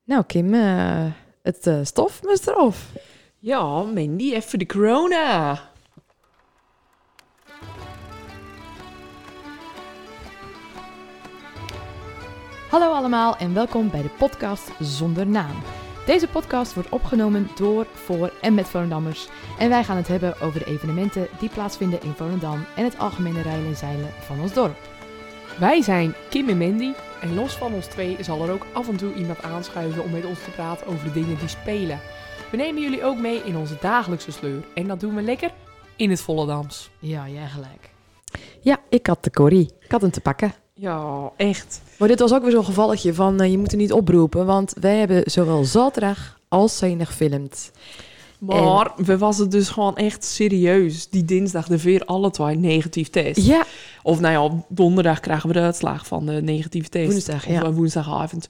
Nou, Kim, het stof moest eraf. Ja, Mandy, even de corona. Hallo allemaal en welkom bij de podcast Zonder Naam. Deze podcast wordt opgenomen door, voor en met Volendammers. En wij gaan het hebben over de evenementen die plaatsvinden in Volendam en het algemene rijden en zeilen van ons dorp. Wij zijn Kim en Mandy en los van ons twee zal er ook af en toe iemand aanschuiven om met ons te praten over de dingen die spelen. We nemen jullie ook mee in onze dagelijkse sleur en dat doen we lekker in het Volendams. Ja, jij gelijk. Ja, ik had de Corrie. Ik had hem te pakken. Ja, echt. Maar dit was ook weer zo'n gevalletje van je moet er niet oproepen, want wij hebben zowel zaterdag als zondag gefilmd. Maar we was het dus gewoon echt serieus. Die dinsdag de weer alle twee negatief test. Ja. Of nou ja, op donderdag krijgen we de uitslag van de negatieve test. Woensdag, ja. Of woensdagavond.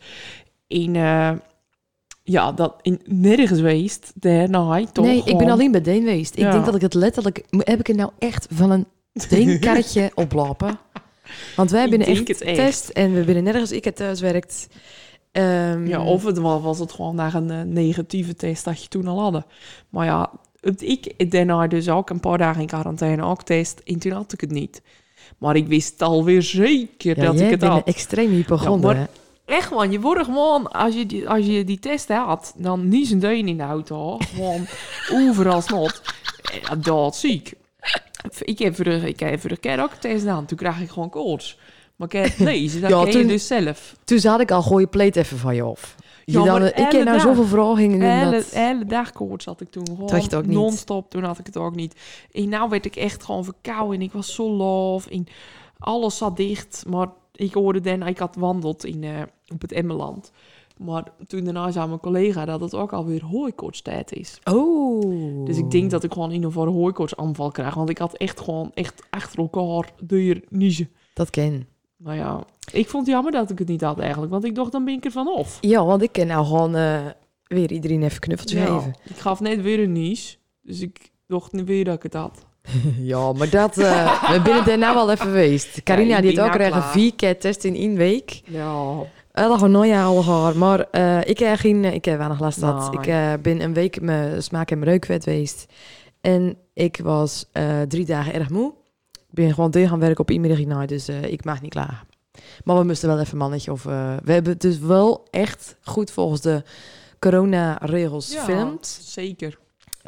Dat in nergens geweest. Daarna toch Nee, gewoon... ik ben alleen bij Deen geweest. Ja. Ik denk dat ik het letterlijk... Heb ik het nou echt van een Deen-karretje oplopen? Want wij hebben denk echt het echt. getest en we binnen nergens ik het thuis werkt. Ja, of het was het gewoon naar een negatieve test dat je toen al hadden. Maar ja, ik daarna dus ook een paar dagen in quarantaine ook test. En toen had ik het niet. Maar ik wist alweer zeker dat ik het bent had. extreem hypochonder. Ja, maar- Echt man, je wordt gewoon, als je die test had, dan niet zijn deun in de auto. Gewoon overal snot. Ja, doodziek. Ik heb voor de keer ook een test gedaan. Toen kreeg ik gewoon koorts. Maar ik heb het lezen, dat Ja, ken je toen- dus zelf. Toen zat ik al, gooi je pleet even van je af. Ja, maar ik heb hele nou dag. zoveel verhogingen. Hele dag koorts had ik toen. Gewoon Dacht ook niet. non-stop, toen had ik het ook niet. En nou werd ik echt gewoon verkouden. En ik was zo loof. En alles zat dicht. Maar ik hoorde dan, ik had wandeld op het Emmeland. Maar toen daarna zei mijn collega dat het ook alweer hooikoortstijd is. Oh. Dus ik denk dat ik gewoon in een voor een hooikoortsaanval krijg. Want ik had echt gewoon achter elkaar deur niezen. Dat ken. Nou ja, ik vond het jammer dat ik het niet had eigenlijk. Want ik dacht, dan ben ik er vanaf. Ja, want ik ken nou gewoon weer iedereen even knuffeltjes Ja, geven. ik gaf net weer een nies. Dus ik dacht niet weer dat ik het had. Ja, maar dat... we binnen daar nou al even geweest. Carina ik die ben had ook nou een klaar. 4 keer test in 1 week. Ja. Dat gewoon nooit al haar. Maar ik heb weinig last gehad. Nee. Ik ben een week mijn smaak- en mijn reukvet geweest. En ik was 3 dagen erg moe. Ik ben gewoon deel gaan werken op e-middag, dus ik mag niet klaar. Maar we moesten wel even mannetje. We hebben het dus wel echt goed volgens de corona-regels gefilmd. Zeker.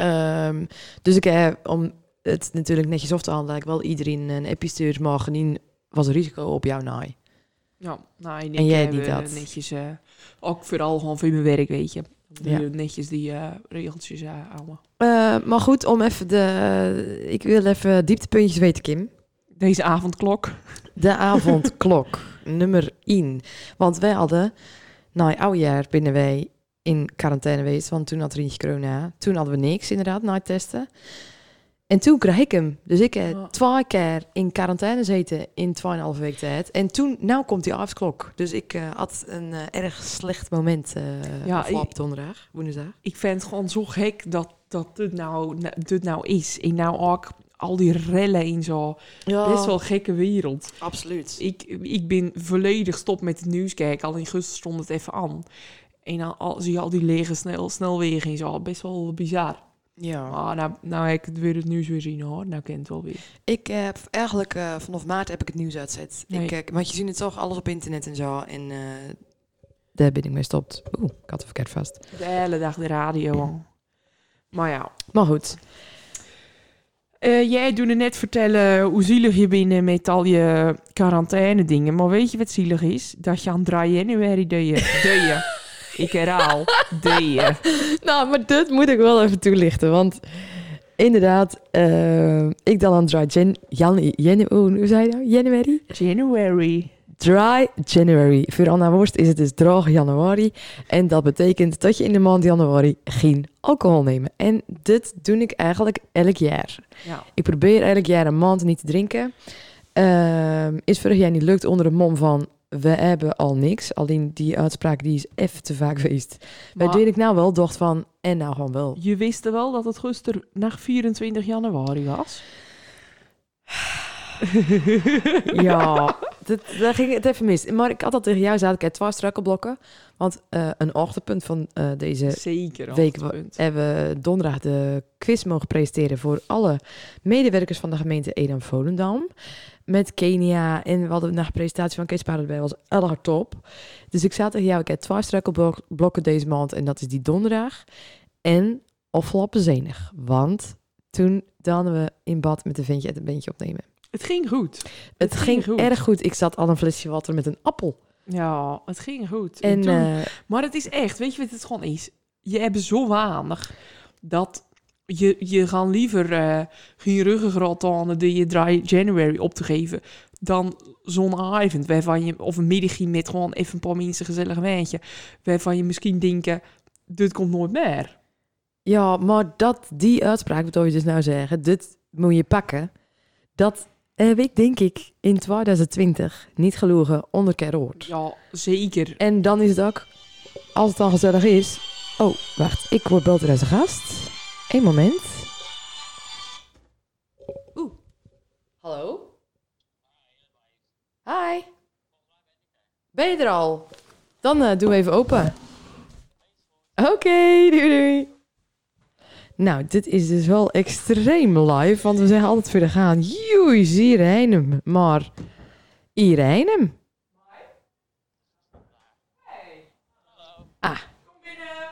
Dus ik heb, om het natuurlijk netjes af te handelen, ik wel iedereen een appje sturen, maar geen was een risico op jou naai. Ja, nou, En jij heb, niet dat? netjes, ook vooral gewoon voor mijn werk, weet je. Ja. Netjes die regeltjes houden. Maar goed, om even ik wil even dieptepuntjes weten, Kim. Deze avondklok. De avondklok, nummer 1. Want wij hadden, oudjaar binnen wij in quarantaine geweest, want toen had er eentje corona. Toen hadden we niks, inderdaad, na het testen. En toen kreeg ik hem. Dus ik heb 2 keer in quarantaine gezeten in 2,5 week tijd. En toen, nou komt die avondklok. Dus ik had een erg slecht moment op donderdag, woensdag. Ik vind het gewoon zo gek dat dit nou is. En nou ook al die rellen in zo best wel gekke wereld. Absoluut. Ik ben volledig stop met het nieuws kijken. Al in augustus stond het even aan. En dan zie je al die lege snelwegen en zo. Best wel bizar. Ja. Nou heb ik het weer het nieuws weer zien hoor. Nou ken het wel weer. Ik heb eigenlijk vanaf maart heb ik het nieuws uitzet. Nee. Want je ziet het toch, alles op internet en zo. En daar ben ik mee gestopt. Oeh, ik had het verkeerd vast. De hele dag de radio al. Maar ja. Maar goed. Jij doet net vertellen hoe zielig je bent met al je quarantaine dingen. Maar weet je wat zielig is? Dat je aan 3 januari deed je. Ik herhaal, deed je. Nou, maar dit moet ik wel even toelichten. Want inderdaad, ik dan aan hoe zei je nou? Januari? January. Dry January. Voor Anna Worst is het dus droog januari. En dat betekent dat je in de maand januari geen alcohol neemt. En dit doe ik eigenlijk elk jaar. Ja. Ik probeer elk jaar een maand niet te drinken. Is vorig jaar niet lukt onder de mom van we hebben al niks. Alleen die uitspraak die is even te vaak geweest. Maar deed ik nou wel, dacht van en nou gewoon wel. Je wist wel dat het gisteren na 24 januari was? Ja, daar ging het even mis. Maar ik had al tegen jou gezegd, ik heb 2 struikelblokken. Want een hoogtepunt van deze Zeker. week hoogtepunt. hebben we donderdag de quiz mogen presenteren voor alle medewerkers van de gemeente Edam-Volendam. Met Kenia en we hadden naar de presentatie van Kees Paarden erbij, was erg top. Dus ik zei tegen jou, ik heb 2 struikelblokken deze maand en dat is die donderdag. En afgelopen zenig, want toen dannen we in bad met een ventje en een beentje opnemen. Het ging goed. Het ging erg goed. Ik zat al een flesje water met een appel. Ja, het ging goed. En Maar het is echt, weet je wat het gewoon is? Je hebt zo weinig dat je gaan liever geen ruggengraat aan de je dry January op te geven dan zo'n avond waarvan je, of een middagje met gewoon even een paar mensen gezellig wijntje, waarvan je misschien denken, dit komt nooit meer. ja, maar die uitspraak, wat wil je dus nou zeggen, dit moet je pakken. Dat heb ik denk ik in 2020 niet gelogen onder hoort. Ja, zeker. En dan is het ook, als het dan gezellig is... Oh, wacht, ik word beld als een gast. Eén moment. Oeh. Hallo? Hi. Ben je er al? Dan doe even open. Oké, doei doei. Nou, dit is dus wel extreem live, want we zeggen altijd verder gaan. Joei, hier hem. Maar hier hem. Ah. Kom binnen.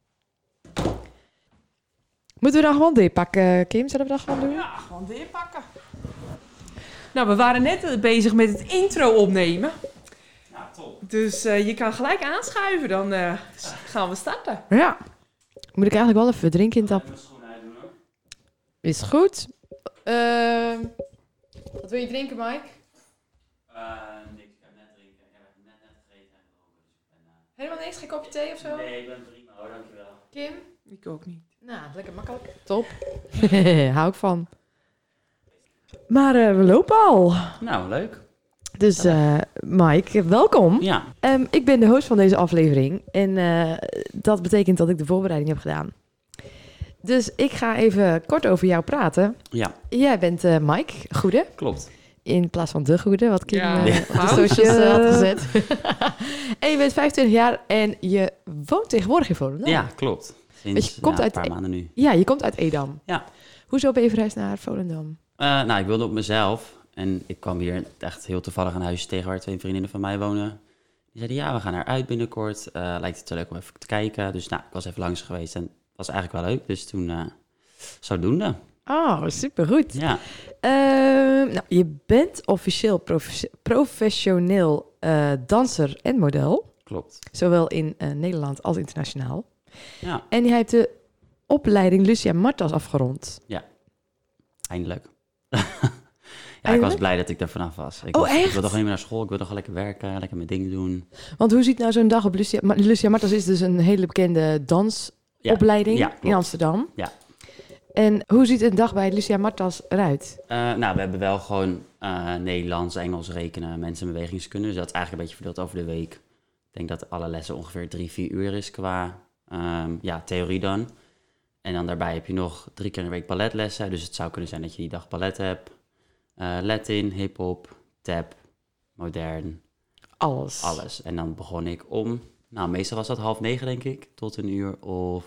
Moeten we dan gewoon dit pakken, Kim? Zullen we dat gewoon doen? Ja, gewoon weer pakken. Nou, we waren net bezig met het intro opnemen. Ja, top. Dus je kan gelijk aanschuiven, dan gaan we starten. Ja. Moet ik eigenlijk wel even drinken in Ik tap? moet schoenen uitdoen hoor. Is goed. Wat wil je drinken, Mike? Niks, ik heb net drinken. Ik heb net gegeten en gedronken. Dus ik ben, Helemaal niks? Geen kopje thee of zo? nee, ik ben prima hoor, dankjewel. Kim? Ik ook niet. Nou, lekker makkelijk. Top. Hou ik van. Maar we lopen al. Nou, leuk. Dus Mike, welkom. Ja. Ik ben de host van deze aflevering. En dat betekent dat ik de voorbereiding heb gedaan. Dus ik ga even kort over jou praten. Ja, Jij bent Mike Goede. klopt. In plaats van de Goede, wat Kim Ja, op de fout. socials had gezet. En je bent 25 jaar en je woont tegenwoordig in Volendam. Ja, klopt. Sinds Dus je komt uit een paar maanden nu. Ja, je komt uit Edam. Ja. Hoezo ben je verhuisd naar Volendam? Nou, ik wilde op mezelf. En ik kwam hier echt heel toevallig een huisje tegen waar 2 vriendinnen van mij wonen. Die zeiden, ja, we gaan eruit binnenkort. Lijkt het zo leuk om even te kijken. Dus nou, ik was even langs geweest en het was eigenlijk wel leuk. Dus toen zodoende. Oh, supergoed. Ja, Nou, je bent officieel professioneel danser en model. klopt. Zowel in Nederland als internationaal. Ja, En jij hebt de opleiding Lucia Martas afgerond. eindelijk. Ja, ik was blij dat ik er vanaf was. Ik echt? wilde toch niet meer naar school. Ik wilde gewoon lekker werken, lekker mijn dingen doen. Want hoe ziet nou zo'n dag op Lucia... Lucia Martas is dus een hele bekende dansopleiding Ja, klopt. in Amsterdam. Ja. En hoe ziet een dag bij Lucia Martas eruit? Nou, we hebben wel gewoon Nederlands, Engels, rekenen, mensen- en bewegingskunde. Dus dat is eigenlijk een beetje verdeeld over de week. Ik denk dat alle lessen ongeveer 3-4 uur is qua theorie dan. En dan daarbij heb je nog 3 keer in de week balletlessen. Dus het zou kunnen zijn dat je die dag ballet hebt. Latin, hip-hop, tap, modern, Alles. alles. En dan begon ik nou meestal was dat 8:30 denk ik, tot 1:00 of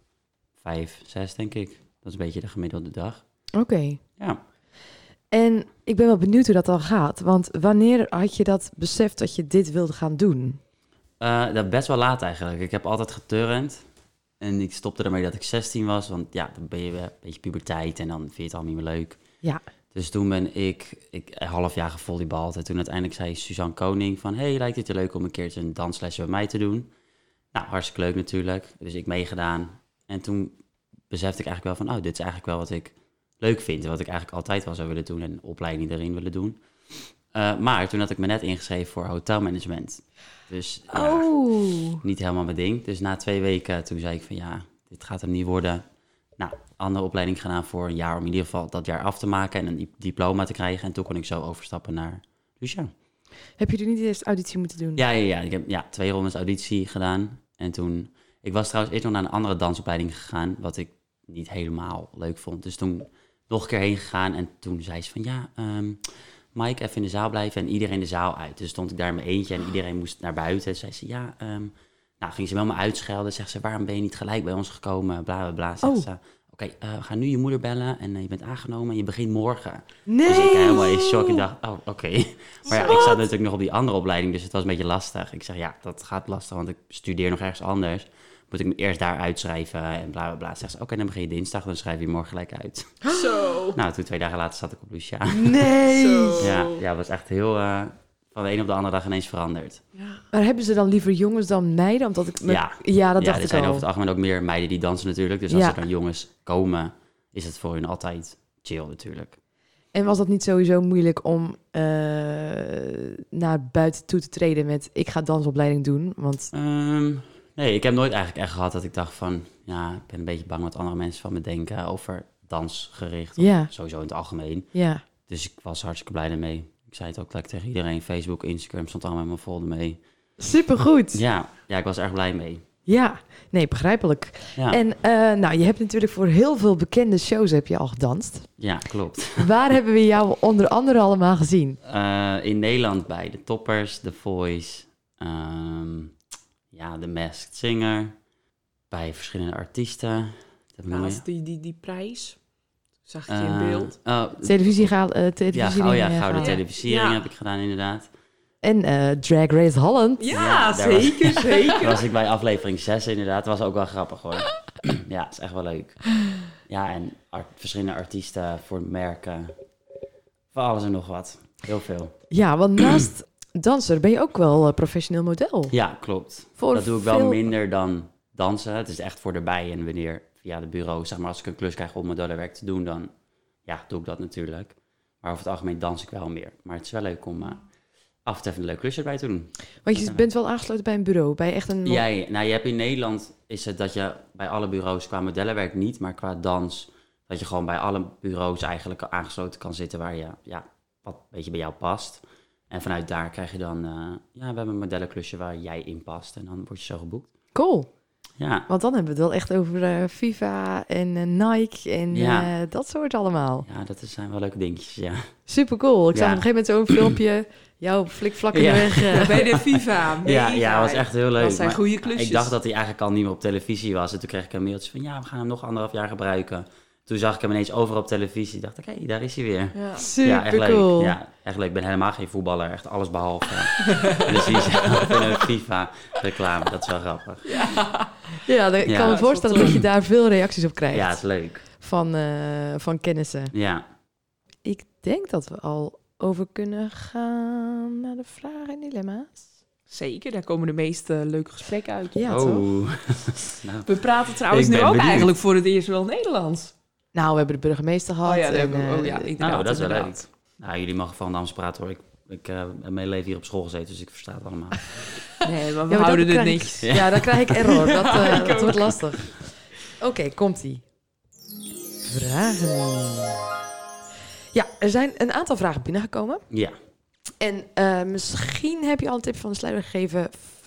5, 6 denk ik. Dat is een beetje de gemiddelde dag. Oké. Ja. En ik ben wel benieuwd hoe dat dan gaat. Want wanneer had je dat beseft dat je dit wilde gaan doen? Dat best wel laat eigenlijk. Ik heb altijd geturnd. En ik stopte ermee dat ik 16 was. Want ja, dan ben je een beetje puberteit en dan vind je het al niet meer leuk. Ja. Dus toen ben ik een half jaar gevolleybald. En toen uiteindelijk zei Suzanne Koning van... Hey, lijkt het je leuk om een keertje een danslesje bij mij te doen? Nou, hartstikke leuk natuurlijk. Dus ik meegedaan. En toen besefte ik eigenlijk wel van... dit is eigenlijk wel wat ik leuk vind. Wat ik eigenlijk altijd wel zou willen doen. En een opleiding erin willen doen. Maar toen had ik me net ingeschreven voor hotelmanagement. Dus ja, niet helemaal mijn ding. Dus na 2 weken toen zei ik van ja, dit gaat hem niet worden. Nou, andere opleiding gedaan voor een jaar om in ieder geval dat jaar af te maken en een diploma te krijgen. En toen kon ik zo overstappen naar Lucia. Heb je er niet eerst auditie moeten doen? Ja. Ik heb 2 rondes auditie gedaan. En toen, ik was trouwens eerst nog naar een andere dansopleiding gegaan, wat ik niet helemaal leuk vond. Dus toen nog een keer heen gegaan en toen zei ze van ja, Mike, even in de zaal blijven en iedereen de zaal uit. Dus stond ik daar in mijn eentje en iedereen moest naar buiten. En zei ze, nou, ging ze wel me uitschelden. Zegt ze, waarom ben je niet gelijk bij ons gekomen? Bla, bla, bla. Zegt ze, oké, we gaan nu je moeder bellen en je bent aangenomen en je begint morgen. Nee! Dus ik helemaal in shock en dacht, oh, oké. Maar ja, ik zat natuurlijk nog op die andere opleiding, dus het was een beetje lastig. Ik zeg, ja, dat gaat lastig, want ik studeer nog ergens anders. Moet ik me eerst daar uitschrijven en bla, bla, bla. Zegt ze, oké, dan begin je dinsdag, dan schrijf je morgen gelijk uit. Zo. Nou, toen 2 dagen later zat ik op Lucia. Nee! Zo. Ja, het was echt heel... van de een op de andere dag ineens veranderd. Ja. Maar hebben ze dan liever jongens dan meiden? Omdat ik dat dacht er ik zijn al. over het algemeen ook meer meiden die dansen natuurlijk. Dus als Ja. er dan jongens komen, is het voor hun altijd chill natuurlijk. En was dat niet sowieso moeilijk om naar buiten toe te treden met ik ga dansopleiding doen? Want Nee, ik heb nooit eigenlijk echt gehad dat ik dacht van... Ja, ik ben een beetje bang wat andere mensen van me denken over dansgericht. Of ja, sowieso in het algemeen. ja. Dus ik was hartstikke blij ermee. Ik zei het ook gelijk tegen iedereen. Facebook, Instagram stond allemaal met me vol ermee. Supergoed. Ja, ik was er erg blij mee. Ja, nee, begrijpelijk. Ja, En nou, je hebt natuurlijk voor heel veel bekende shows heb je al gedanst. ja klopt. Waar hebben we jou onder andere allemaal gezien? In Nederland bij de Toppers, The Voice, The Masked Singer, bij verschillende artiesten. Wat heb ik nog Laatst meer? die prijs. Zag ik je in beeld. Televisie Gouden televisiering Ja. heb ik gedaan inderdaad. En Drag Race Holland. Ja, daar zeker. Was ik bij aflevering 6 inderdaad. Dat was ook wel grappig hoor. Ja, het is echt wel leuk. Ja, en verschillende artiesten voor merken. Voor alles en nog wat. Heel veel. Ja, want naast danser ben je ook wel professioneel model. Ja, klopt. Voor Dat doe ik wel veel- minder dan dansen. Het is echt voor erbij. En wanneer via de bureau, zeg maar, als ik een klus krijg om modellenwerk te doen, dan doe ik dat natuurlijk. Maar over het algemeen dans ik wel meer. Maar het is wel leuk om af en toe even een leuk klusje erbij te doen. Want je bent wel aangesloten bij een bureau. Bij echt een... Ja, je hebt in Nederland is het dat je bij alle bureaus qua modellenwerk niet, maar qua dans, dat je gewoon bij alle bureaus eigenlijk aangesloten kan zitten waar je, wat een beetje bij jou past. En vanuit daar krijg je dan, we hebben een modellenklusje waar jij in past en dan word je zo geboekt. Cool. Ja, Want dan hebben we het wel echt over FIFA en Nike en dat soort allemaal. dat zijn wel leuke dingetjes, ja. Super cool. Ik zag Ja. op een gegeven moment zo'n filmpje. Jouw flikvlak in de Ja. weg. Bij de FIFA. Ja, dat was echt heel leuk. Dat zijn Maar goede klusjes. ik dacht dat hij eigenlijk al niet meer op televisie was. En toen kreeg ik een mailtje van, we gaan hem nog 1,5 jaar gebruiken. Toen zag ik hem ineens overal op televisie. Dacht ik, hé, daar is hij weer. Ja. Super echt leuk. cool. Ja, echt leuk. Ik ben helemaal geen voetballer. Echt alles behalve. En dan zie je zelf in een FIFA-reclame. Dat is wel grappig. Ja, dan kan Ja. me voorstellen dat je daar veel reacties op krijgt. Ja, het is leuk. Van kennissen. Ja. Ik denk dat we al over kunnen gaan naar de vragen en dilemma's. Zeker, daar komen de meest leuke gesprekken uit. Ja, toch? Nou, We praten trouwens Ik nu ben ook benieuwd. eigenlijk voor het eerst wel Nederlands. Nou, we hebben de burgemeester gehad. Oh ja, dat en, hebben we- oh ja, de- inderdaad. nou, dat is wel leuk. inderdaad. Nou, jullie mogen van Dams praten hoor. Ik heb mijn hele leven hier op school gezeten, dus ik versta het allemaal. Nee, maar we Ja, maar houden dat het krijg- netjes. Ja, dan krijg ik error. Dat wordt lastig. Oké, komt-ie. Vragen. Ja, er zijn een aantal vragen binnengekomen. Ja. En misschien heb je al een tip van de sluier gegeven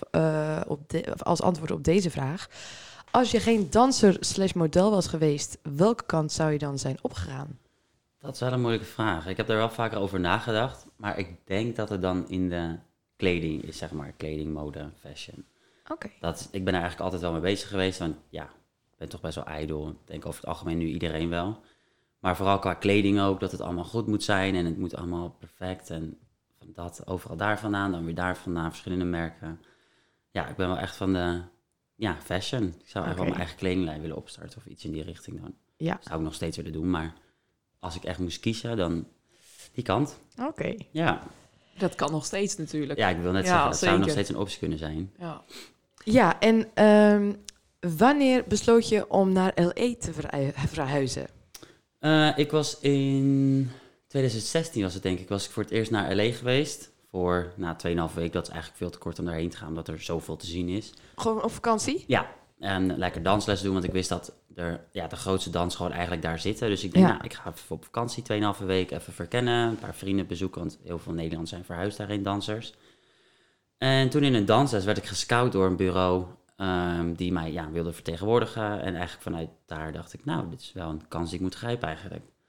als antwoord op deze vraag. Als je geen danser/model was geweest, welke kant zou je dan zijn opgegaan? Dat is wel een moeilijke vraag. Ik heb daar wel vaker over nagedacht. Maar ik denk dat het dan in de kleding is, zeg maar. Kleding, mode, fashion. Oké. Ik ben er eigenlijk altijd wel mee bezig geweest. Want ik ben toch best wel ijdel. Ik denk over het algemeen nu iedereen wel. Maar vooral qua kleding ook, dat het allemaal goed moet zijn. En het moet allemaal perfect. En van dat, overal daar vandaan, dan weer daar vandaan, verschillende merken. Ja, ik ben wel echt van de fashion. Ik zou eigenlijk wel mijn eigen kledinglijn willen opstarten of iets in die richting dan. Ja. Zou ik nog steeds willen doen, maar als ik echt moest kiezen, dan die kant. Oké. Ja, Dat kan nog steeds natuurlijk. ik wil net Ja, zeggen, dat zou nog zeker. steeds een optie kunnen zijn. Ja. Ja, en wanneer besloot je om naar LA te verhuizen? Ik was in 2016 was het denk ik, was ik voor het eerst naar LA geweest. Voor 2,5 weken, dat is eigenlijk veel te kort om daarheen te gaan, omdat er zoveel te zien is. Gewoon op vakantie? Ja, en lekker dansles doen, want ik wist dat de grootste dans gewoon eigenlijk daar zitten. Dus ik denk, ik ga even op vakantie 2,5 week, even verkennen, een paar vrienden bezoeken, want heel veel Nederlanders zijn verhuisd daarheen, dansers. En toen in een dansles werd ik gescout door een bureau die mij wilde vertegenwoordigen. En eigenlijk vanuit daar dacht ik, dit is wel een kans die ik moet grijpen eigenlijk.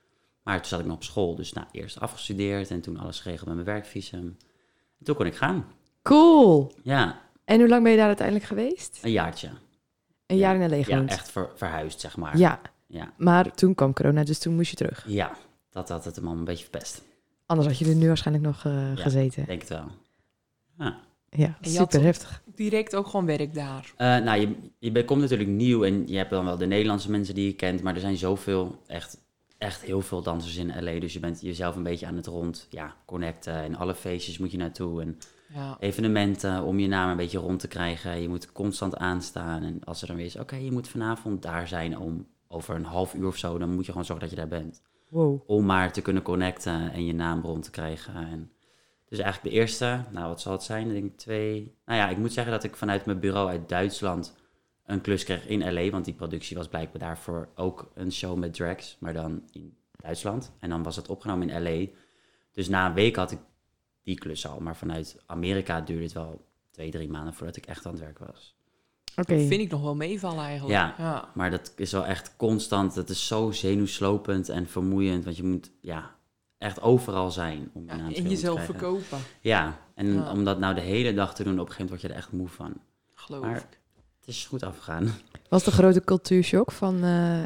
Maar toen zat ik nog op school, dus eerst afgestudeerd en toen alles geregeld met mijn werkvisum. En toen kon ik gaan. Cool. Ja, En hoe lang ben je daar uiteindelijk geweest? een jaartje. Een jaar in L.A. Ja, gewoond? echt verhuisd, zeg maar. Ja, Ja, maar toen kwam corona, dus toen moest je terug. ja, dat had het hem al een beetje verpest. Anders had je er nu waarschijnlijk nog gezeten. Ik denk het wel. Ja. Ja, En je had super heftig. Direct ook gewoon werk daar. Je komt natuurlijk nieuw en je hebt dan wel de Nederlandse mensen die je kent, maar er zijn zoveel, echt heel veel dansers in LA. Dus je bent jezelf een beetje aan het connecten en alle feestjes moet je naartoe en Ja. evenementen om je naam een beetje rond te krijgen. Je moet constant aanstaan en als er dan weer is, oké, je moet vanavond daar zijn om over een half uur of zo, dan moet je gewoon zorgen dat je daar bent. Wow. Om maar te kunnen connecten en je naam rond te krijgen. En dus eigenlijk de eerste, wat zal het zijn? Ik denk 2. Ik moet zeggen dat ik vanuit mijn bureau uit Duitsland een klus kreeg in LA. Want die productie was blijkbaar daarvoor ook een show met drags, maar dan in Duitsland. En dan was het opgenomen in LA. Dus na een week had ik die klus al. Maar vanuit Amerika duurde het wel 2-3 maanden voordat ik echt aan het werk was. Oké. Dat vind ik nog wel meevallen eigenlijk. Ja. Maar dat is wel echt constant. Dat is zo zenuwslopend en vermoeiend. Want je moet echt overal zijn om je naam te En krijgen. jezelf verkopen, Ja, en Ja. om dat de hele dag te doen, op een gegeven moment word je er echt moe van. geloof Maar- ik. Het is goed afgegaan. Was de grote cultuurshock van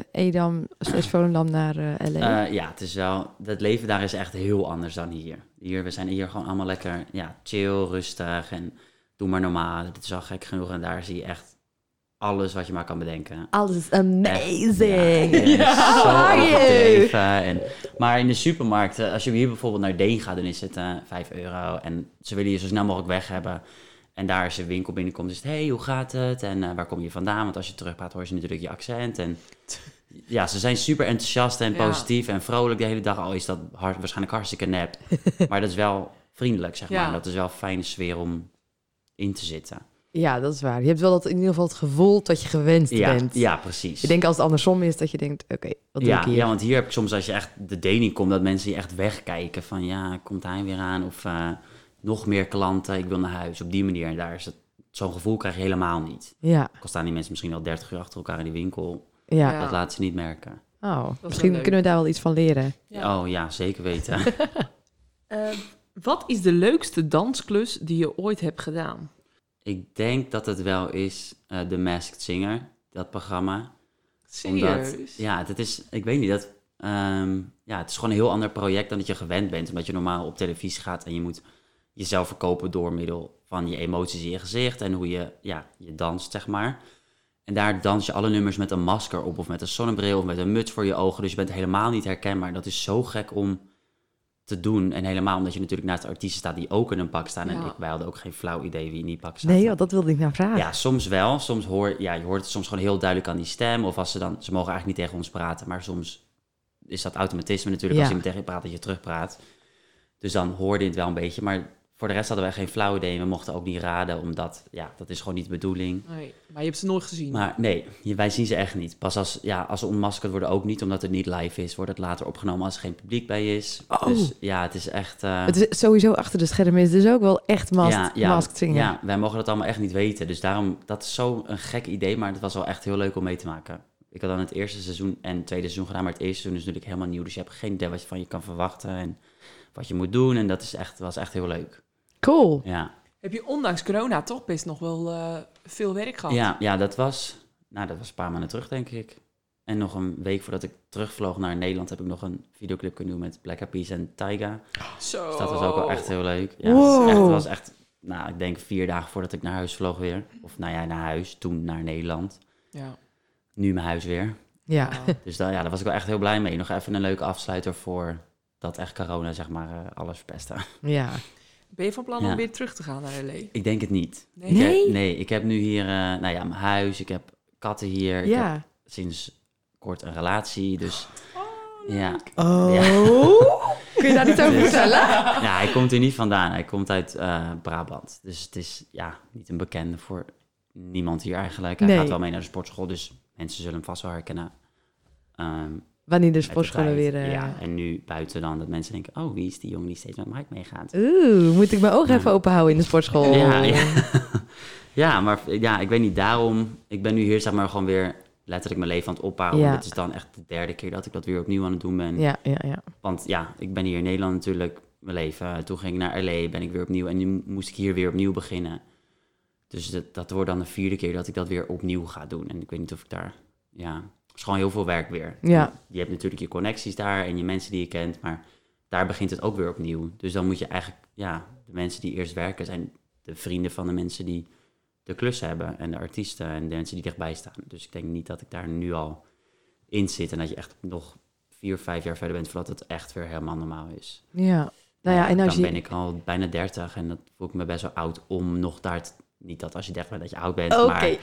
Edam/Volendam naar L.A.? Het is wel... Het leven daar is echt heel anders dan hier. We zijn hier gewoon allemaal lekker chill, rustig en doe maar normaal. Het is al gek genoeg en daar zie je echt alles wat je maar kan bedenken. Alles is amazing. Ja, zo How are you? overdreven. Maar in de supermarkten, als je hier bijvoorbeeld naar Deen gaat, dan is het €5. En ze willen je zo snel mogelijk weg hebben. En daar als je winkel binnenkomt, is het, hey, hoe gaat het? En waar kom je vandaan? Want als je terugpraat, hoor je natuurlijk je accent. En ja, ze zijn super enthousiast en Ja. positief en vrolijk de hele dag. Al is dat waarschijnlijk hartstikke nep. Maar dat is wel vriendelijk, zeg maar. Ja. En dat is wel een fijne sfeer om in te zitten. Ja, dat is waar. Je hebt wel in ieder geval het gevoel dat je gewenst bent. Ja, precies. Ik denk als het andersom is, dat je denkt, oké, wat doe ik hier? Ja, want hier heb ik soms als je echt de Deen komt, dat mensen je echt wegkijken van komt hij weer aan? Of nog meer klanten, ik wil naar huis. Op die manier. En daar is het, zo'n gevoel krijg je helemaal niet. Ja, Al staan die mensen misschien al 30 uur achter elkaar in die winkel. ja. Ja. Dat laten ze niet merken. Oh, wel misschien leuk. kunnen we daar wel iets van leren. Ja. Oh ja, zeker weten. Wat is de leukste dansklus die je ooit hebt gedaan? Ik denk dat het wel is The Masked Singer, dat programma. Serieus? Het is, ik weet niet, het is gewoon een heel ander project dan dat je gewend bent. Omdat je normaal op televisie gaat en je moet jezelf verkopen door middel van je emoties in je gezicht en hoe je danst, zeg maar. En daar dans je alle nummers met een masker op of met een zonnebril of met een muts voor je ogen. Dus je bent helemaal niet herkenbaar. Dat is zo gek om te doen. En helemaal omdat je natuurlijk naast artiesten staat die ook in een pak staan. En Ja. wij hadden ook geen flauw idee wie in die pak staat. Nee, joh, dat wilde ik nou vragen. Ja, soms wel. Soms je hoort het soms gewoon heel duidelijk aan die stem. Of als ze mogen eigenlijk niet tegen ons praten. Maar soms is dat automatisme natuurlijk. Ja. Als iemand tegen je praat, dat je terugpraat. Dus dan hoorde je het wel een beetje. Maar voor de rest hadden wij geen flauw idee. En we mochten ook niet raden, omdat dat is gewoon niet de bedoeling. Nee, maar je hebt ze nooit gezien. Maar nee, wij zien ze echt niet. Pas als ze ontmaskerd worden ook niet, omdat het niet live is. Wordt het later opgenomen als er geen publiek bij is. Oh. Dus ja, het is echt... Het is sowieso achter de schermen is dus ook wel echt masked zingen. Ja, wij mogen dat allemaal echt niet weten. Dus daarom, dat is zo een gek idee, maar het was wel echt heel leuk om mee te maken. Ik had dan het eerste seizoen en het tweede seizoen gedaan, maar het eerste seizoen is natuurlijk helemaal nieuw. Dus je hebt geen idee wat je van je kan verwachten en wat je moet doen. En dat is was echt heel leuk. Cool. Ja, Heb je ondanks corona toch best nog wel veel werk gehad? ja dat was een paar maanden terug, denk ik. En nog een week voordat ik terugvloog naar Nederland heb ik nog een videoclip kunnen doen met Black Eyed Peas en Tyga. Zo. Dus dat was ook wel echt heel leuk. Ja, Wow. het was echt, ik denk 4 dagen voordat ik naar huis vloog weer. Of naar huis, toen naar Nederland. Ja. Nu mijn huis weer. Ja. Dus daar was ik wel echt heel blij mee. Nog even een leuke afsluiter voor dat echt corona, zeg maar, alles verpestte. Ja. Ben je van plan Ja. om weer terug te gaan naar L.A.? Ik denk het niet. Nee? Ik heb nu hier mijn huis, ik heb katten hier. Ik heb Ja. sinds kort een relatie, dus ja. Oh. Ja. Kun je daar niet over vertellen? Ja, hij komt er niet vandaan. Hij komt uit Brabant. Dus het is niet een bekende voor niemand hier eigenlijk. Hij Nee. gaat wel mee naar de sportschool, dus mensen zullen hem vast wel herkennen. Wanneer de Met de sportscholen tijd. weer... Ja, en nu buiten dan dat mensen denken, oh, wie is die jongen die steeds met Mike meegaat? Moet ik mijn ogen even open houden in de sportschool? Ja, ja. Ja, maar ik weet niet, daarom... Ik ben nu hier zeg maar gewoon weer letterlijk mijn leven aan het opbouwen. Ja. Dit is dan echt de 3e keer dat ik dat weer opnieuw aan het doen ben. Ja. Want ja, ik ben hier in Nederland natuurlijk mijn leven. Toen ging ik naar LA, ben ik weer opnieuw. En nu moest ik hier weer opnieuw beginnen. Dus dat wordt dan de 4e keer dat ik dat weer opnieuw ga doen. En ik weet niet of ik daar... Ja, het is gewoon heel veel werk weer. Ja. Je hebt natuurlijk je connecties daar en je mensen die je kent. Maar daar begint het ook weer opnieuw. Dus dan moet je eigenlijk... Ja, de mensen die eerst werken zijn de vrienden van de mensen die de klus hebben. En de artiesten en de mensen die dichtbij staan. Dus ik denk niet dat ik daar nu al in zit. En dat je echt nog 4 of 5 jaar verder bent voordat het echt weer helemaal normaal is. Ja. Nou ja, en als dan je... ben ik al bijna 30 en dat voel ik me best wel oud om nog daar... Niet dat als je 30 bent dat je oud bent, Oké. maar...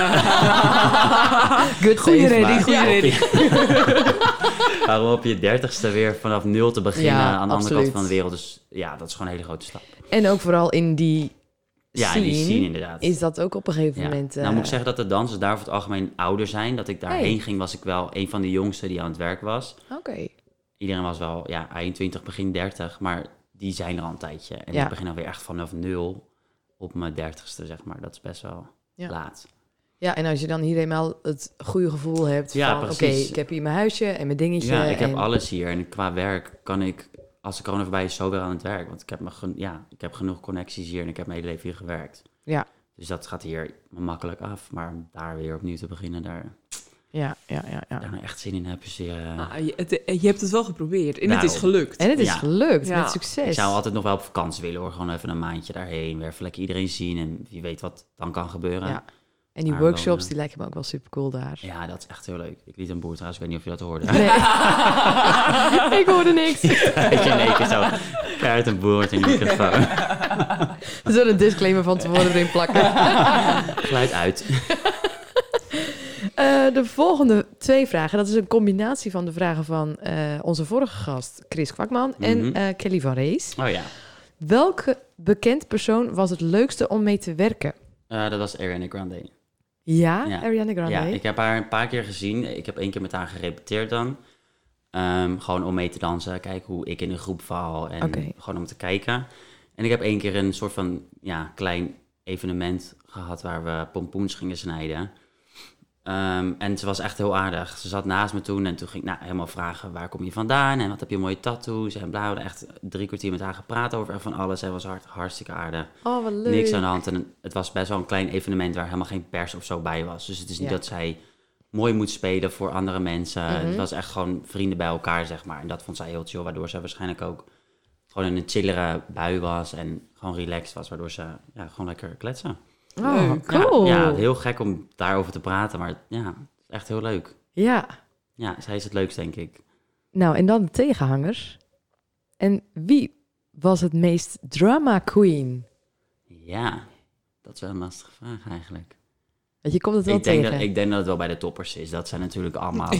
Good Goeie save. redding, goeie redding. Waarom op je 30ste weer vanaf 0 te beginnen Ja, aan de andere absoluut. kant van de wereld. Dus ja, dat is gewoon een hele grote stap. En ook vooral in die Ja, scene, in die scene inderdaad. is dat ook op een gegeven Ja. moment... Nou moet ik zeggen dat de dansers daar over het algemeen ouder zijn. Dat ik daarheen Hey. ging, was ik wel een van de jongsten die aan het werk was. Oké. Iedereen was wel eind 20, begin 30, maar die zijn er al een tijdje. En Ja. ik begin alweer echt vanaf 0 op mijn 30ste, zeg maar. Dat is best wel laat. Ja, en als je dan hier eenmaal het goede gevoel hebt Ja, van... Oké, precies. ik heb hier mijn huisje en mijn dingetje. Ja, ik heb en... alles hier. En qua werk kan ik, als de corona voorbij is, zo weer aan het werk. Want ik heb, ik heb genoeg connecties hier en ik heb mijn hele leven hier gewerkt. Ja. Dus dat gaat hier makkelijk af. Maar om daar weer opnieuw te beginnen, daar Ja. nou echt zin in heb, is weer... Je hebt het wel geprobeerd en het Daarom. is gelukt. En het is Ja. gelukt, Ja. met succes. Ik zou altijd nog wel op vakantie willen hoor. Gewoon even een maandje daarheen. Weer even lekker iedereen zien. En wie weet wat dan kan gebeuren. Ja. En die Maar workshops, wel, die lijken me ook wel super cool daar. Ja, dat is echt heel leuk. Ik liet een boer trouwens, ik weet niet of je dat hoorde. Nee. Ik hoorde niks. Weet je, in één keer zo, kaart een boer in de microfoon. We zullen een disclaimer van tevoren erin plakken. Geluid uit. De volgende 2 vragen, dat is een combinatie van de vragen van onze vorige gast, Chris Kwakman, en Kelly van Rees. Oh ja. Welke bekend persoon was het leukste om mee te werken? Dat was Ariana Grande. Ja, Ja. Ariana Grande. Ja, ik heb haar een paar keer gezien. Ik heb 1 keer met haar gerepeteerd dan. Gewoon om mee te dansen, kijken hoe ik in een groep val en Oké. gewoon om te kijken. En ik heb 1 keer een soort van klein evenement gehad waar we pompoens gingen snijden. En ze was echt heel aardig. Ze zat naast me toen en toen ging ik helemaal vragen waar kom je vandaan en wat heb je mooie tattoos en bla. We hadden echt 3 kwartier met haar gepraat over van alles. Zij was hartstikke aardig. Oh, wat leuk. Niks aan de hand. En het was best wel een klein evenement waar helemaal geen pers of zo bij was. Dus het is niet Ja. dat zij mooi moet spelen voor andere mensen. Mhm. Het was echt gewoon vrienden bij elkaar, zeg maar. En dat vond zij heel chill, waardoor zij waarschijnlijk ook gewoon in een chillere bui was en gewoon relaxed was, waardoor ze gewoon lekker kletsen. Oh, Leuk. cool. Ja, heel gek om daarover te praten, maar ja, het is echt heel leuk. Ja. Ja, zij is het leukst, denk ik. Nou, en dan de tegenhangers. En wie was het meest drama queen? Ja, dat is wel een lastige vraag eigenlijk. Want je komt het wel Ik denk, tegen. ik denk dat het wel bij de toppers is. Dat zijn natuurlijk allemaal...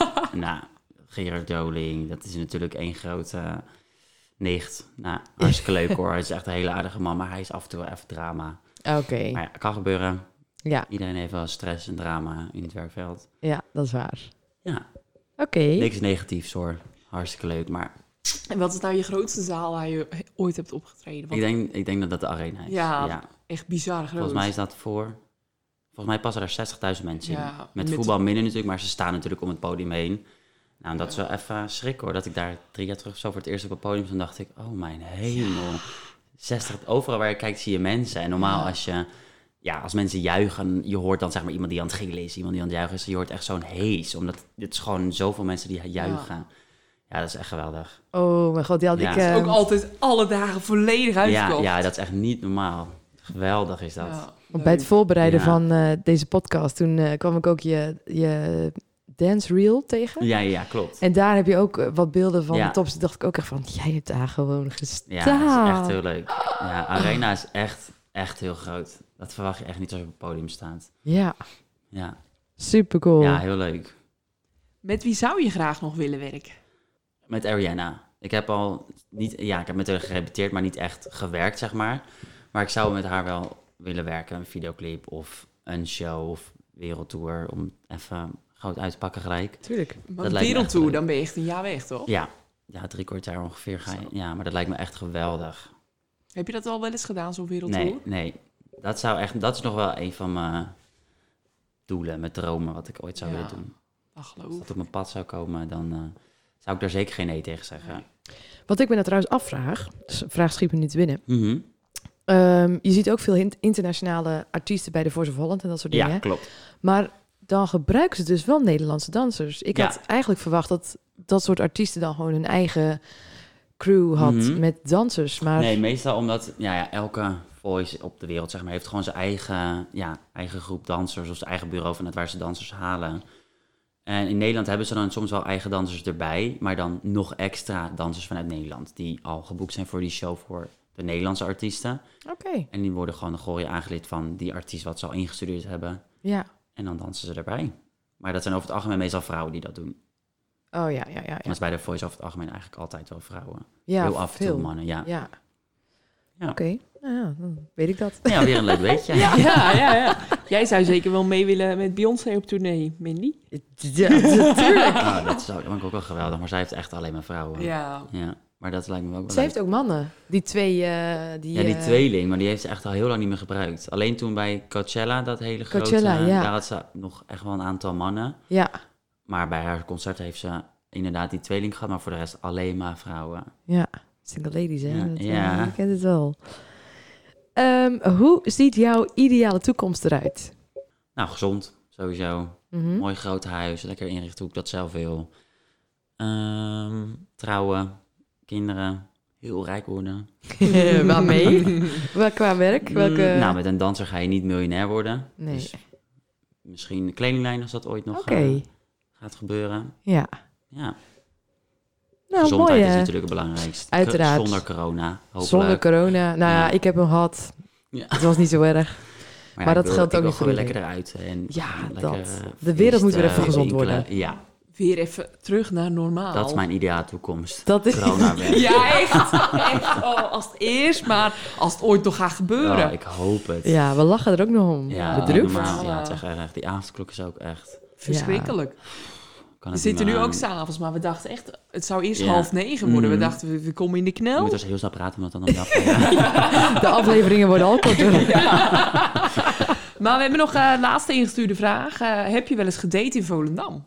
Gerard Joling, dat is natuurlijk één grote nicht. Nou, hartstikke leuk hoor. Hij is echt een hele aardige man, maar hij is af en toe wel even drama. Oké. Maar ja, kan gebeuren. Ja. Iedereen heeft wel stress en drama in het werkveld. Ja, dat is waar. Ja, Oké. niks negatiefs hoor. Hartstikke leuk, maar En wat is nou je grootste zaal waar je ooit hebt opgetreden? Want ik denk dat dat de arena is. Ja, echt bizar groot. Volgens mij is dat volgens mij passen er 60.000 mensen in. Ja, Met voetbal minder natuurlijk, maar ze staan natuurlijk om het podium heen. Nou, dat is wel even schrik hoor. Dat ik daar 3 jaar terug zo voor het eerst op het podium stond, dacht ik, oh mijn hemel. 60, overal waar je kijkt zie je mensen. En normaal als mensen juichen, je hoort dan zeg maar iemand die aan het gillen is, iemand die aan het juichen is, je hoort echt zo'n hees. Omdat dit is gewoon zoveel mensen die juichen. Ja, dat is echt geweldig. Oh mijn god, die had Ja. ik... Ook altijd alle dagen volledig uitverkocht. Ja, dat is echt niet normaal. Geweldig is dat. Ja, Want bij het voorbereiden Ja. van deze podcast, toen kwam ik ook je dance reel tegen. Ja, klopt. En daar heb je ook wat beelden van Ja. de tops. Toen dacht ik ook echt van, jij hebt daar gewoon gestaan. Ja, dat is echt heel leuk. Ja, Arena is echt heel groot. Dat verwacht je echt niet als je op het podium staat. Ja, Ja, super cool. ja heel leuk. Met wie zou je graag nog willen werken? Met Ariana. Ik heb met haar gerepeteerd, maar niet echt gewerkt, zeg maar. Maar ik zou met haar wel willen werken. Een videoclip of een show of wereldtour. Om even groot uit te pakken gelijk. Tuurlijk. Want lijkt me echt wereldtour, leuk. dan ben je echt een jaar weg, toch? Ja, 3/4 jaar ongeveer ga je. Ja, maar dat lijkt me echt geweldig. Heb je dat al wel eens gedaan, zo'n wereldtour? Nee. Dat is nog wel een van mijn doelen, met dromen, wat ik ooit zou willen doen. Dat geloof Als ik. dat op mijn pad zou komen, dan zou ik daar zeker geen nee tegen zeggen. Wat ik me nou trouwens afvraag, dus een vraag schiet me niet te binnen. Mhm. Je ziet ook veel internationale artiesten bij de Voice of Holland en dat soort dingen. Ja, klopt. Maar dan gebruiken ze dus wel Nederlandse dansers. Ik had eigenlijk verwacht dat dat soort artiesten dan gewoon hun eigen crew had met dansers. Maar Nee, meestal omdat elke voice op de wereld zeg maar, heeft gewoon zijn eigen groep dansers of zijn eigen bureau vanuit waar ze dansers halen. En in Nederland hebben ze dan soms wel eigen dansers erbij, maar dan nog extra dansers vanuit Nederland die al geboekt zijn voor die show voor de Nederlandse artiesten. oké. En die worden gewoon de gooi aangeleerd van die artiest wat ze al ingestudeerd hebben. Ja. En dan dansen ze erbij. Maar dat zijn over het algemeen meestal vrouwen die dat doen. Oh ja. En dat is bij de voice over het algemeen eigenlijk altijd wel vrouwen. Ja, Heel af en toe veel. mannen, ja. Ja. Ja. Oké, nou ja, dan weet ik dat. Ja, weer een leuk weetje. Ja. Jij zou zeker wel mee willen met Beyoncé op tournee, Mindy? Ja, natuurlijk. Ah, dat zou denk ik ook wel geweldig. Maar zij heeft echt alleen maar vrouwen. Ja. Ja. Maar dat lijkt me ook wel Ze leuk. heeft ook mannen. Die twee... Die tweeling, maar die heeft ze echt al heel lang niet meer gebruikt. Alleen toen bij Coachella, dat hele grote... Coachella, ja. Daar had ze nog echt wel een aantal mannen. Ja, Maar bij haar concert heeft ze inderdaad die tweeling gehad, maar voor de rest alleen maar vrouwen. ja. Single ladies, hè? Ja, Dat, ja. je kent het wel. Hoe ziet jouw ideale toekomst eruit? Nou, gezond, sowieso. Mhm. Mooi groot huis, lekker inrichten hoe ik dat zelf wil. Trouwen, kinderen, heel rijk worden. Waarmee? Qua werk? Welke... Nou, met een danser ga je niet miljonair worden. Nee. Dus misschien een kledinglijn als dat ooit nog Oké. gaat gebeuren. Ja. Ja, Nou, gezondheid mooi, is hè? natuurlijk het belangrijkste. Uiteraard. Zonder corona, hopelijk. Zonder corona. Nou ja, Ja. ik heb hem gehad. Ja. Het was niet zo erg. ja, maar dat ik wil- geldt ook ik wil niet voor gewoon iedereen. lekker eruit. En Ja, lekker, dat. De wereld moet weer even feesten, gezond winkelen. worden. Ja, Weer even terug naar normaal. dat is mijn ideale toekomst. Dat is... Corona weg. Ja, echt. Echt. Oh, als het eerst, maar als het ooit nog gaat gebeuren. Oh, ik hoop het. Ja, we lachen er ook nog om. Ja, De niet droef. normaal. Ja, het is echt erg. Die avondklok is ook echt... Verschrikkelijk. Kan We het zitten niet nu meer ook aan. s'avonds, maar we dachten echt, het zou eerst Ja. 8:30 worden. We Mhm. dachten, we komen in de We knel. moeten dus heel snel praten, omdat dan een dag... Ja. De afleveringen worden al korter. Maar we hebben nog een laatste ingestuurde vraag. Heb je wel eens gedate in Volendam?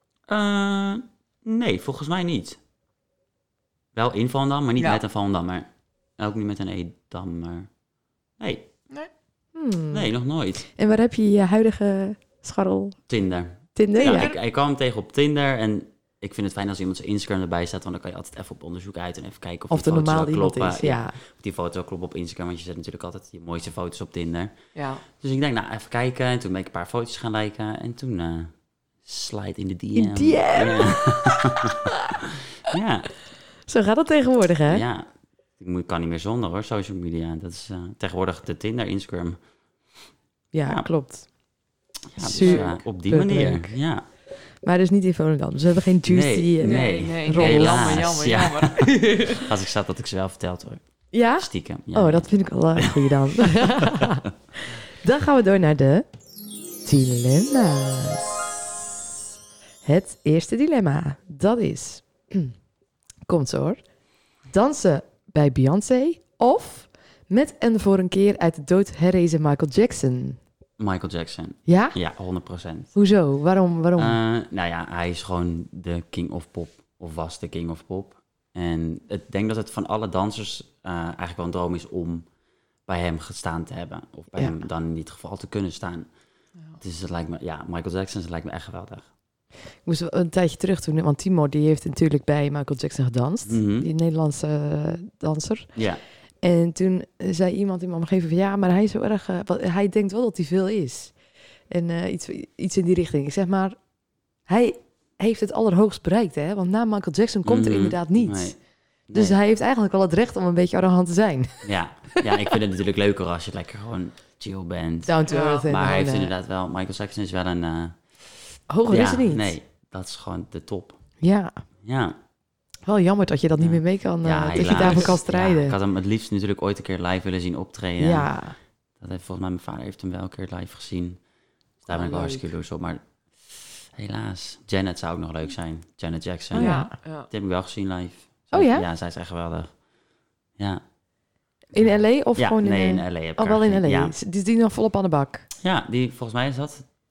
Nee, volgens mij niet. Wel in Volendam, maar niet Ja. met een Volendammer. Ook niet met een Edammer. Nee, nee, nog nooit. En waar heb je je huidige scharrel? Tinder. Tinder? Ja, Ja. ik kwam hem tegen op Tinder en ik vind het fijn als iemand zijn Instagram erbij staat, want dan kan je altijd even op onderzoek uit en even kijken Of die de foto's normaal wel iemand kloppen. is, ja. Of die foto wel klopt op Instagram, want je zet natuurlijk altijd je mooiste foto's op Tinder. Ja. Dus ik denk, nou, even kijken. En toen ben ik een paar foto's gaan liken en toen slide in de DM. In DM? Ja. Ja. Zo gaat het tegenwoordig, hè? Ja, ik kan niet meer zonder hoor, social media. Dat is tegenwoordig de Tinder, Instagram. Ja, Ja. klopt. Ja, dus, Super op die manier. leuk. Ja. Maar dus niet in Volendam. Dus we hebben geen juicy... Nee, Nee, Rol. Helaas, jammer. ja. Als ik zat dat ik ze wel verteld hoor. Ja? Stiekem. Ja. Oh, dat vind ik wel een goeie dan. Dan gaan we door naar de dilemma's. Het eerste dilemma, dat is... Komt zo hoor. Dansen bij Beyoncé of met en voor een keer uit de dood herrezen Michael Jackson? Michael Jackson. Ja? Ja, 100%. Hoezo? Waarom? Nou ja, hij is gewoon de king of pop. Of was de king of pop. En ik denk dat het van alle dansers eigenlijk wel een droom is om bij hem gestaan te hebben. Of bij Ja. hem dan in dit geval te kunnen staan. Dus het lijkt me, ja, Michael Jackson dat lijkt me echt geweldig. Ik moest wel een tijdje terug toen, want Timo die heeft natuurlijk bij Michael Jackson gedanst. Mhm. Die Nederlandse danser. Ja, En toen zei iemand in mijn omgeving van ja, maar hij is zo erg... hij denkt wel dat hij veel is. En iets in die richting. Ik zeg maar, hij heeft het allerhoogst bereikt, hè? Want na Michael Jackson komt er Mhm. inderdaad niet. Nee. Dus Nee. hij heeft eigenlijk wel het recht om een beetje arrogant te zijn. Ja, ik vind het natuurlijk leuker als je lekker gewoon chill bent. Down to Ja, earth. En Maar hij heeft gewoon, inderdaad wel... Michael Jackson is wel een... hoger is het niet. Nee, dat is gewoon de top. Ja, Ja. wel jammer dat je dat niet Ja. meer mee kan. Ja, dat je helaas. daarvoor kan strijden. Ja, ik Ja, had hem het liefst natuurlijk ooit een keer live willen zien optreden. Dat heeft volgens mij mijn vader heeft hem wel een keer live gezien. Dus daar ben ik wel leuk. hartstikke jaloers op. Maar helaas, Janet zou ook nog leuk zijn. Janet Jackson. Oh ja. Ja. Die heb ik wel gezien live. Oh ja? Ja, zij is echt geweldig. Ja. In L.A. of Ja, gewoon nee, in... in L.A. heb ik Oh, haar wel in gezien. L.A. Ja. Die is die nog volop aan de bak. Ja, die volgens mij is dat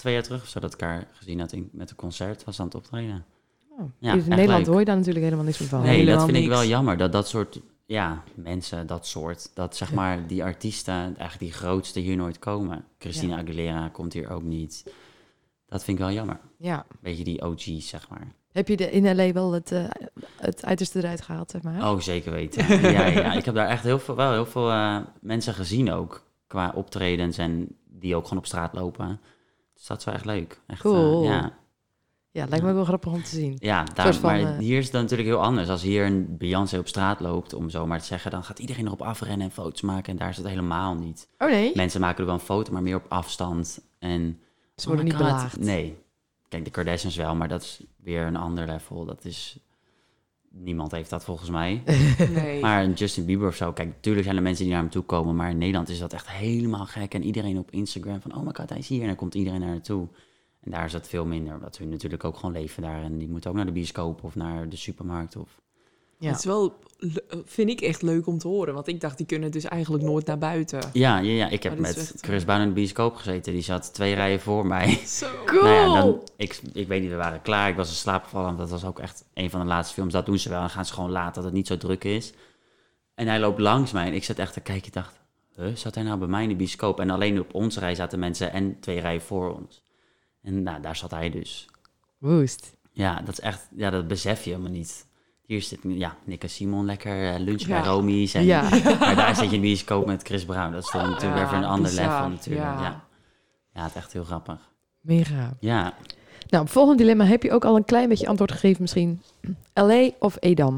2 jaar terug of zo dat ik haar gezien had met een concert. Was aan het optreden. Oh. Ja, In echt Nederland leuk. hoor je daar natuurlijk helemaal niks meer van. Nee, helemaal dat vind ik niks. wel jammer. Dat soort mensen, dat zeg maar die artiesten, eigenlijk die grootste hier nooit komen. Christina Aguilera komt hier ook niet. Dat vind ik wel jammer. Ja. Beetje die OG's, zeg maar. Heb je in L.A. wel het uiterste eruit gehaald, zeg maar? Oh, zeker weten. Ja. Ik heb daar echt heel veel mensen gezien ook. Qua optredens en die ook gewoon op straat lopen. Dus dat is wel echt leuk. Echt, Cool. Ja, Ja, lijkt me ook wel grappig om te zien. daar, Soort van, maar hier is het dan natuurlijk heel anders. Als hier een Beyoncé op straat loopt, om zo maar te zeggen, dan gaat iedereen erop afrennen en foto's maken. En daar is het helemaal niet. Oh nee? Mensen maken er wel een foto, maar meer op afstand. En, Ze worden oh niet my God. belaagd. Nee. Kijk, de Kardashians wel, maar dat is weer een ander level. Dat is... Niemand heeft dat volgens mij. Nee. Maar een Justin Bieber of zo, kijk, natuurlijk zijn er mensen die naar hem toe komen, maar in Nederland is dat echt helemaal gek. En iedereen op Instagram van, oh my god, hij is hier. En dan komt iedereen naar naartoe. En daar is dat veel minder, omdat hun natuurlijk ook gewoon leven daar. En die moeten ook naar de bioscoop of naar de supermarkt. Of... Ja. Het is wel, vind ik echt leuk om te horen. Want ik dacht, die kunnen dus eigenlijk nooit naar buiten. Ja. Ik heb Maar dit is met echt, Chris Brown in de bioscoop gezeten. Die zat 2 rijen voor mij. Zo. Cool! Nou ja, dan, ik weet niet, we waren klaar. Ik was in slaap gevallen, want dat was ook echt een van de laatste films. Dat doen ze wel. Dan gaan ze gewoon laten dat het niet zo druk is. En hij loopt langs mij en ik zat echt te kijken. Ik dacht, zat hij nou bij mij in de bioscoop? En alleen op onze rij zaten mensen en 2 rijen voor ons. En nou, daar zat hij dus. Woest. Ja, dat is echt, dat besef je helemaal niet. Hier zit Nick en Simon lekker lunch bij Ja. Romies. En, Ja. Maar daar zit je in de bioscoop met Chris Brown. Dat is dan natuurlijk Ja, even een ander bizar, level natuurlijk. ja. Ja, het is echt heel grappig. Mega. Ja, Nou, op volgende dilemma heb je ook al een klein beetje antwoord gegeven misschien. L.A. of Edam?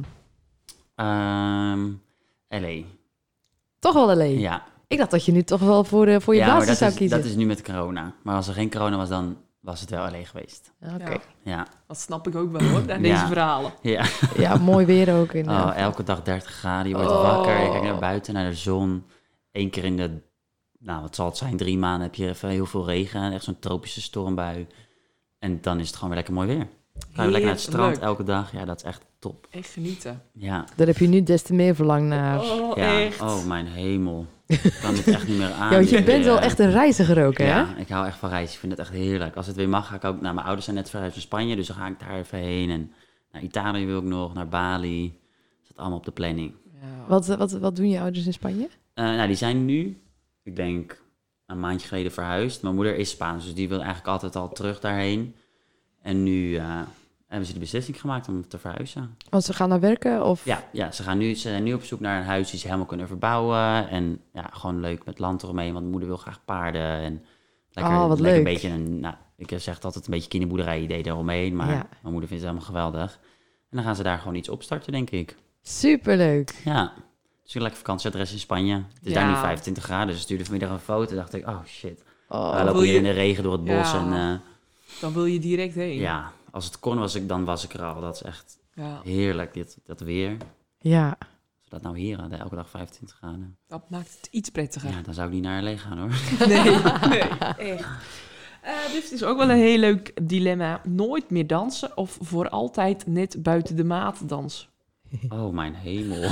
L.A. Toch wel L.A.? Ja, Ik dacht dat je nu toch wel voor je maar basis zou kiezen. dat is nu met corona. Maar als er geen corona was, dan was het wel L.A. geweest. Oké. Ja, Ja, dat snap ik ook wel hoor, aan deze Ja. verhalen. ja. Ja, mooi weer ook. In, Elke dag 30 graden. Je wordt Oh. wakker, je kijkt naar buiten, naar de zon. 1 keer in de, wat zal het zijn, 3 maanden heb je even heel veel regen. Echt zo'n tropische stormbui. En dan is het gewoon weer lekker mooi weer. Ga je lekker naar het strand Heerlijk. elke dag. Ja, dat is echt top. Echt genieten. Ja, Daar heb je nu des te meer verlang naar. Oh, ja. echt. Oh, mijn hemel. Ik kan het echt niet meer aan. Ja, want je Ik, bent wel echt een reiziger ook, hè? Ja, ik hou echt van reizen. Ik vind het echt heerlijk. Als het weer mag, ga ik ook... Nou, mijn ouders zijn net verhuisd naar Spanje, dus dan ga ik daar even heen. En naar Italië wil ik nog, naar Bali. Dat zit allemaal op de planning. Ja. Wat doen je ouders in Spanje? Nou, die zijn nu, ik denk, een maandje geleden verhuisd. Mijn moeder is Spaans, dus die wil eigenlijk altijd al terug daarheen. En nu hebben ze de beslissing gemaakt om te verhuizen. Want ze gaan naar werken? Of... Ja, ze zijn nu op zoek naar een huis die ze helemaal kunnen verbouwen. En ja, gewoon leuk met land eromheen, want mijn moeder wil graag paarden. En lekker, Oh, wat lekker leuk. een beetje ik zeg altijd een beetje kinderboerderij idee eromheen. Maar Ja. mijn moeder vindt het helemaal geweldig. En dan gaan ze daar gewoon iets opstarten, denk ik. Superleuk. Ja, dus een lekker vakantieadres in Spanje. Het is Ja. daar nu 25 graden, dus ze stuurde vanmiddag een foto. Dacht ik, oh shit. Oh, We lopen wil hier je- in de regen door het bos. Ja. En Dan wil je direct heen. ja, als het kon dan was ik er al. Dat is echt Ja, heerlijk, dat weer. ja. Als we dat nou hier hadden, elke dag 25 graden. dat maakt het iets prettiger. Ja, dan zou ik niet naar LA gaan hoor. Nee, echt. Dit is ook wel een heel leuk dilemma. Nooit meer dansen of voor altijd net buiten de maat dansen? Oh, mijn hemel.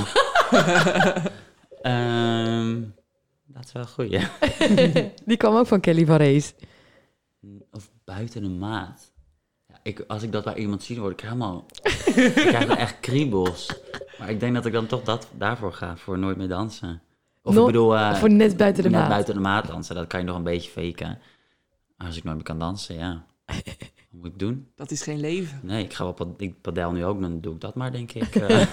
Dat is wel een goeie. Die kwam ook van Kelly van Rees. Of buiten de maat. Ja, als ik dat bij iemand zie, dan word ik helemaal... ik krijg wel echt kriebels. Maar ik denk dat ik dan toch daarvoor ga, voor nooit meer dansen. Of ik bedoel... voor net buiten de net maat. buiten de maat dansen, dat kan je nog een beetje faken. Maar als ik nooit meer kan dansen, ja. Wat moet ik doen? Dat is geen leven. Nee, ik padel nu ook, dan doe ik dat maar, denk ik.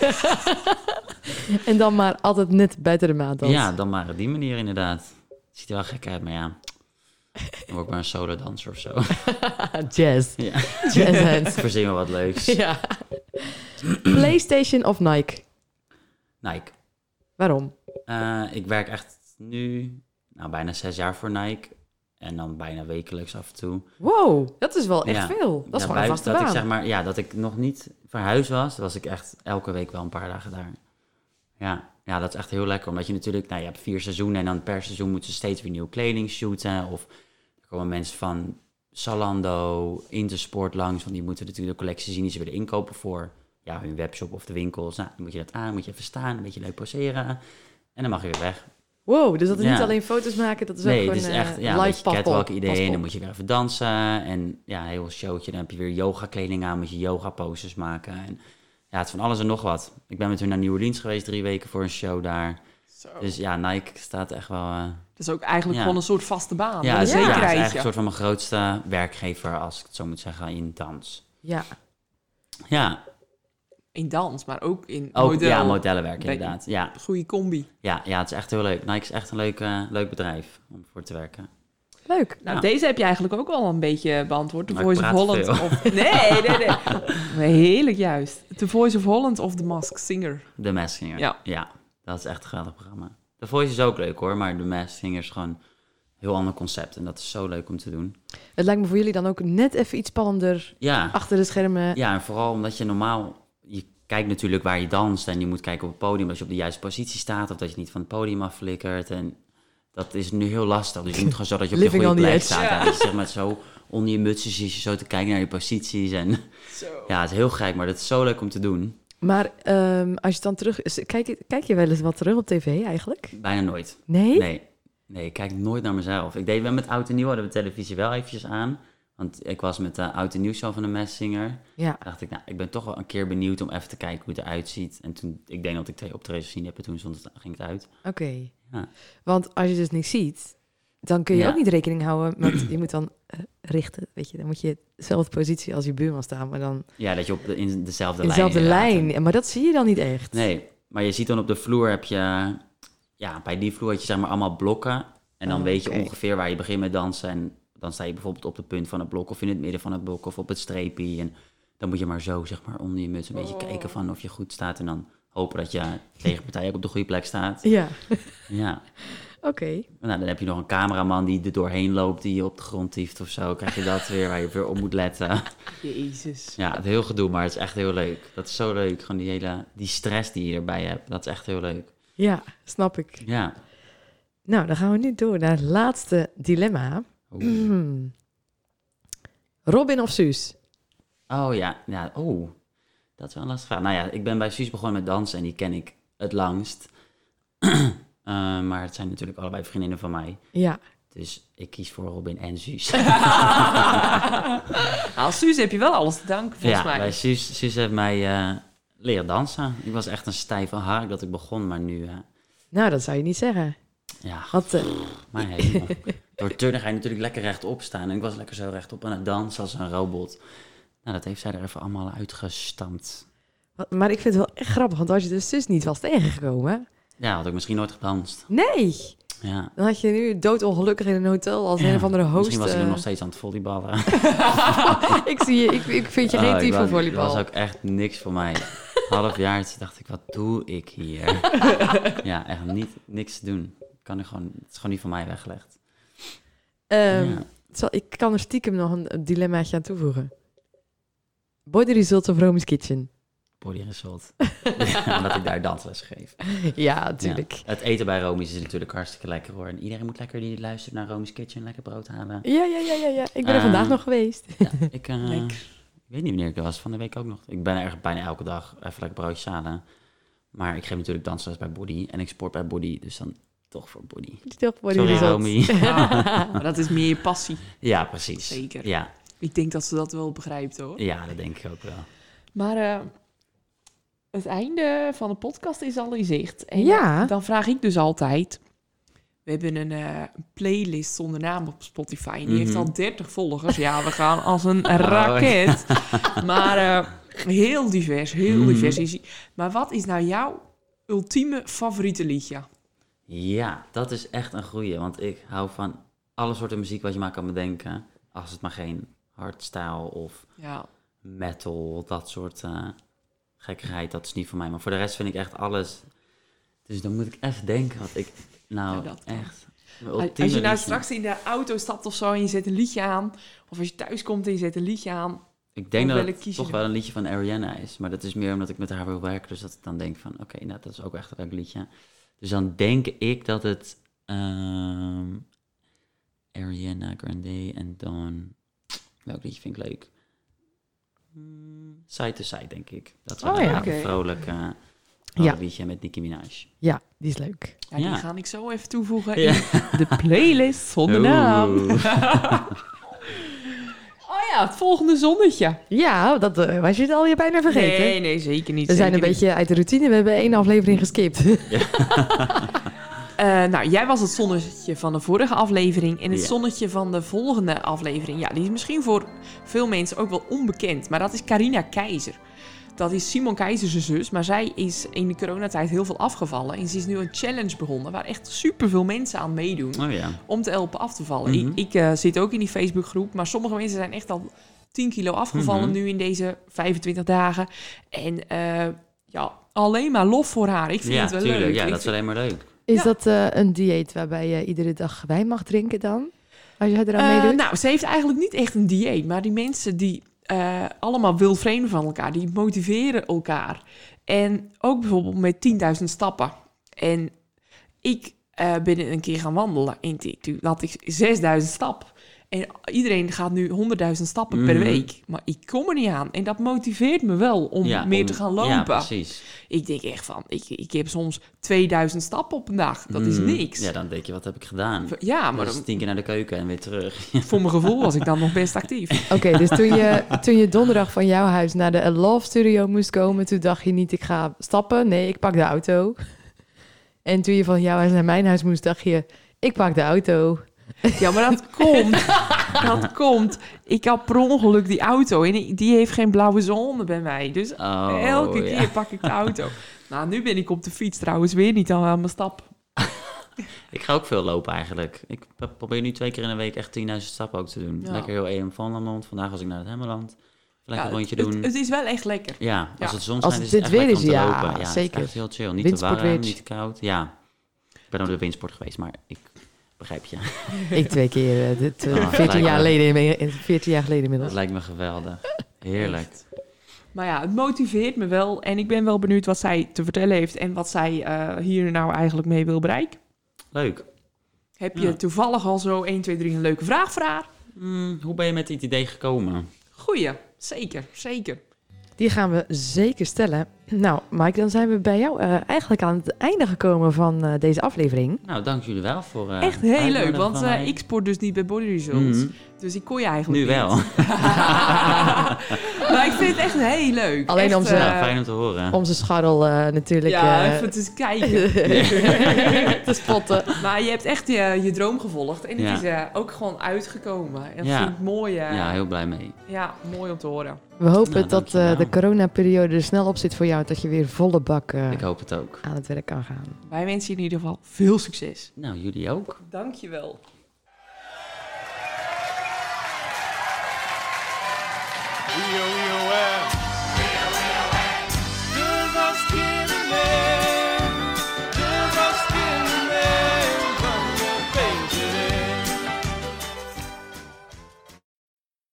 En dan maar altijd net buiten de maat dansen. Ja, dan maar op die manier inderdaad. Het ziet er wel gek uit, maar ja. Dan word ik maar een solo danser of zo. Jazz. Ja. Jazz hands. Verzin me wat leuks. Ja. PlayStation of Nike? Nike. Waarom? Ik werk echt nu bijna 6 jaar voor Nike. En dan bijna wekelijks af en toe. Wow, dat is wel echt Ja. veel. Dat is gewoon een vaste dat baan. ik zeg maar, dat ik nog niet verhuisd was ik echt elke week wel een paar dagen daar. Ja, dat is echt heel lekker. Omdat je natuurlijk, je hebt 4 seizoenen en dan per seizoen moeten ze steeds weer nieuwe kleding shooten. Of er komen mensen van Zalando, Intersport langs, want die moeten natuurlijk de collectie zien die ze willen inkopen voor hun webshop of de winkels. Nou, dan moet je dat aan, moet je even staan, een beetje leuk poseren. En dan mag je weer weg. Wow, dus dat is Ja. niet alleen foto's maken, dat is ook Nee, gewoon het is echt live een beetje catwalk paspop. idee. En dan moet je weer even dansen. En ja, een heel showtje. Dan heb je weer yoga kleding aan, moet je yoga poses maken. En ja, het is van alles en nog wat. Ik ben met hun naar New Orleans geweest 3 weken voor een show daar. Zo. Dus ja, Nike staat echt wel... Dat is ook eigenlijk Ja. gewoon een soort vaste baan. ja, een het is eigenlijk zekerheidje. een soort van mijn grootste werkgever, als ik het zo moet zeggen, in dans. Ja, Ja, In dans, maar ook in ook model. ja, modellenwerk Bij- inderdaad. Ja. Goeie combi. Ja, het is echt heel leuk. Nike is echt een leuk bedrijf om voor te werken. leuk. Nou, Ja. deze heb je eigenlijk ook al een beetje beantwoord. The Maar Voice ik of praat Holland. veel. Of... Nee. Heerlijk juist. The Voice of Holland of The Masked Singer. The Masked Singer. Ja. Dat is echt een geweldig programma. The Voice is ook leuk hoor, maar The Masked Singer is gewoon een heel ander concept. En dat is zo leuk om te doen. Het lijkt me voor jullie dan ook net even iets spannender Ja, achter de schermen. ja en vooral omdat je normaal... Je kijkt natuurlijk waar je danst en je moet kijken op het podium... dat je op de juiste positie staat of dat je niet van het podium afflikkert. En dat is nu heel lastig. Dus je moet gewoon zo dat je op de Living goede on the plek edge. staat. Ja. Ja. Dat je zeg maar zo onder je mutsje zit je zo te kijken naar je posities. En Zo. ja, het is heel gek, maar dat is zo leuk om te doen. Maar als je dan terug... Kijk je wel eens wat terug op tv eigenlijk? Bijna nooit. Nee? Nee, ik kijk nooit naar mezelf. Ik deed wel met Oud en Nieuw, hadden we televisie wel eventjes aan. Want ik was met de Oud en Nieuw show van de Masked Singer. Ja. Toen dacht ik, nou, ik ben toch wel een keer benieuwd om even te kijken hoe het eruit ziet. En toen, ik denk dat ik 2 optredens gezien heb en toen ging het uit. Oké. Ja. Want als je dus niks ziet, dan kun je Ja. ook niet rekening houden met... Je moet dan richten, weet je. Dan moet je dezelfde positie als je buurman staan, maar dan Ja, dat je in dezelfde in lijn... dezelfde inderdaad. lijn. Ja, maar dat zie je dan niet echt. Nee, maar je ziet dan op de vloer heb je... Ja, bij die vloer had je zeg maar allemaal blokken. En dan Oh, weet je oké. ongeveer waar je begint met dansen. En dan sta je bijvoorbeeld op het punt van het blok of in het midden van het blok of op het streepje. En dan moet je maar zo zeg maar onder je muts een beetje kijken van of je goed staat. En dan hopen dat je tegenpartij ook op de goede plek staat. Ja, Ja. oké. Nou, dan heb je nog een cameraman die er doorheen loopt, die je op de grond tieft of zo. Krijg je dat weer, waar je weer op moet letten. Jezus. Ja, het is heel gedoe, maar het is echt heel leuk. Dat is zo leuk, gewoon die stress die je erbij hebt. Dat is echt heel leuk. Ja, snap ik. Ja. Nou, dan gaan we nu door naar het laatste dilemma. Oeh. Robin of Suus? Oh ja, dat is wel een lastige vraag. Nou ja, ik ben bij Suus begonnen met dansen en die ken ik het langst. Maar het zijn natuurlijk allebei vriendinnen van mij. Ja. Dus ik kies voor Robin en Suus. Als Suus heb je wel alles te danken, volgens mij. Bij Suus heeft mij leren dansen. Ik was echt een stijve haak dat ik begon, maar nu... Nou, dat zou je niet zeggen. ja, Want, maar helemaal. Door turnen ga je natuurlijk lekker rechtop staan. En ik was lekker zo rechtop aan het dansen als een robot. Nou, dat heeft zij er even allemaal uitgestampt. maar ik vind het wel echt grappig, want als je de zus niet was tegengekomen... Ja, had ik misschien nooit gedanst. Nee! Ja. Dan had je nu doodongelukkig in een hotel als een of andere host. Misschien was ik er nog steeds aan het volleyballen. ik zie je, ik vind je geen type voor volleybal. Dat was ook echt niks voor mij. Half jaar dacht ik, wat doe ik hier? Ja, echt niks te doen. Het is gewoon niet voor mij weggelegd. Ja. Ik kan er stiekem nog een dilemmaatje aan toevoegen. Body Results of Rome's Kitchen? Body Result. Ja, omdat ik daar dansles geef. Ja, natuurlijk. Ja. Het eten bij Romies is natuurlijk hartstikke lekker hoor. En iedereen moet lekker die luistert naar Romies Kitchen lekker brood halen. Ja. Ik ben er vandaag nog geweest. Ja, ik Lekker. weet niet wanneer ik er was, van de week ook nog. Ik ben er bijna elke dag even lekker broodjes halen. Maar ik geef natuurlijk dansles bij Body en ik sport bij Body, dus dan toch voor Body. Toch Body Sorry Results. Romy. Maar dat is meer je passie. Ja, precies. Zeker. Ja, Ik denk dat ze dat wel begrijpt, hoor. ja, dat denk ik ook wel. Maar het einde van de podcast is al in zicht. En Ja. dan vraag ik dus altijd... We hebben een playlist zonder naam op Spotify. En die heeft al 30 volgers. Ja, we gaan als een raket. Maar heel divers, heel divers. Maar wat is nou jouw ultieme favoriete liedje? Ja, dat is echt een goeie, want ik hou van alle soorten muziek wat je maar kan bedenken. Als het maar geen hardstyle of Ja. metal, dat soort gekkigheid, dat is niet voor mij. Maar voor de rest vind ik echt alles. Dus dan moet ik even denken wat ik nou Ja, dat dan. echt... Als je nou straks in de auto stapt of zo en je zet een liedje aan... of als je thuis komt en je zet een liedje aan... Ik denk Of dat welk het kies je toch dan? wel een liedje van Ariana is. Maar dat is meer omdat ik met haar wil werken. Dus dat ik dan denk van, oké, nou, dat is ook echt een leuk liedje. Dus dan denk ik dat het Ariana Grande en dan... Welk liedje vind ik leuk? Side to Side, denk ik. Dat is wel Oh een ja. Oké. vrolijk... Wallabietje met Nicki Minaj. Ja, die is leuk. Ja, die Ja. ga ik zo even toevoegen Ja. in de playlist zonder naam. Oeh. Oh ja, het volgende zonnetje. Ja, dat was je het alweer bijna vergeten. Nee, zeker niet. We zijn een zeker niet. beetje uit de routine. We hebben 1 aflevering geskipt. Nou, jij was het zonnetje van de vorige aflevering. En het Ja. zonnetje van de volgende aflevering. Ja, die is misschien voor veel mensen ook wel onbekend. Maar dat is Carina Keizer. Dat is Simon Keizer's zus. Maar zij is in de coronatijd heel veel afgevallen. En ze is nu een challenge begonnen. Waar echt superveel mensen aan meedoen. Oh ja. Om te helpen af te vallen. Mhm. Ik zit ook in die Facebookgroep. Maar sommige mensen zijn echt al 10 kilo afgevallen nu in deze 25 dagen. En ja, alleen maar lof voor haar. Ik vind Ja, het wel tuurlijk. leuk. Ja, Ik dat is alleen maar leuk. Is Ja. dat een dieet waarbij je iedere dag wijn mag drinken dan? Als jij eraan meedoet? Nou, ze heeft eigenlijk niet echt een dieet. Maar die mensen die allemaal wildvreemden van elkaar, die motiveren elkaar. En ook bijvoorbeeld met 10.000 stappen. En ik ben een keer gaan wandelen. En toen had ik 6.000 stappen. En iedereen gaat nu 100.000 stappen per Mhm. week. Maar ik kom er niet aan. En dat motiveert me wel om meer te gaan lopen. Ja, precies. Ik denk echt van, ik heb soms 2000 stappen op een dag. Dat is niks. Ja, dan denk je, wat heb ik gedaan? Ja, Maar maar dan dan- 10 keer naar de keuken en weer terug. voor mijn gevoel was ik dan nog best actief. Oké, dus toen je donderdag van jouw huis naar de Love Studio moest komen, toen dacht je niet, ik ga stappen. Nee, ik pak de auto. En toen je van jouw huis naar mijn huis moest, dacht je, ik pak de auto. Ja, maar dat komt. Ik had per ongeluk die auto en die heeft geen blauwe zone bij mij. Dus Oh, elke ja. keer pak ik de auto. Nou, nu ben ik op de fiets trouwens weer niet aan mijn stap. Ik ga ook veel lopen eigenlijk. Ik probeer nu 2 keer in de week echt 10.000 stappen ook te doen. Ja. Lekker heel EM van Lamond. Vandaag was ik naar het Hemmeland. Lekker Ja, een rondje doen. Het is wel echt lekker. Ja, als Ja. het zon Als schijnt het is het dit echt weer lekker om is, te ja, lopen. Ja, zeker. Het is echt heel chill. Niet te warm, Windsportwitch. niet te koud. Ja, ik ben op de windsport geweest, maar ik begrijp je. Ik 2 keer, 14 lijkt jaar me. geleden, 14 jaar geleden Dat inmiddels. lijkt me geweldig. Heerlijk. Maar ja, het motiveert me wel. En ik ben wel benieuwd wat zij te vertellen heeft en wat zij hier nou eigenlijk mee wil bereiken. Leuk. Heb je Ja. toevallig al zo 1, 2, 3 een leuke vraag voor haar? Hoe ben je met dit idee gekomen? Goeie, zeker, zeker. Die gaan we zeker stellen. Nou, Mike, dan zijn we bij jou eigenlijk aan het einde gekomen van deze aflevering. Nou, dank jullie wel voor Echt heel leuk, uitnodigen want van mij. ik sport dus niet bij Body Results. Mhm. Dus ik kon je eigenlijk Nu niet. wel. Maar ik vind het echt heel leuk. Alleen echt, om ze- Ja, fijn om te horen. Om zijn scharrel natuurlijk Ja, even te kijken. te spotten. Maar je hebt echt je droom gevolgd. En Ja. het is ook gewoon uitgekomen. En Ja. vind ik mooi, Ja, heel blij mee. mooi om te horen. We hopen Nou, dat dankjewel. de coronaperiode er snel op zit voor jou. Dat je weer volle bak Ik hoop het ook. aan het werk kan gaan. Wij wensen je in ieder geval veel succes. Nou, jullie ook. Dankjewel. Yo, yo,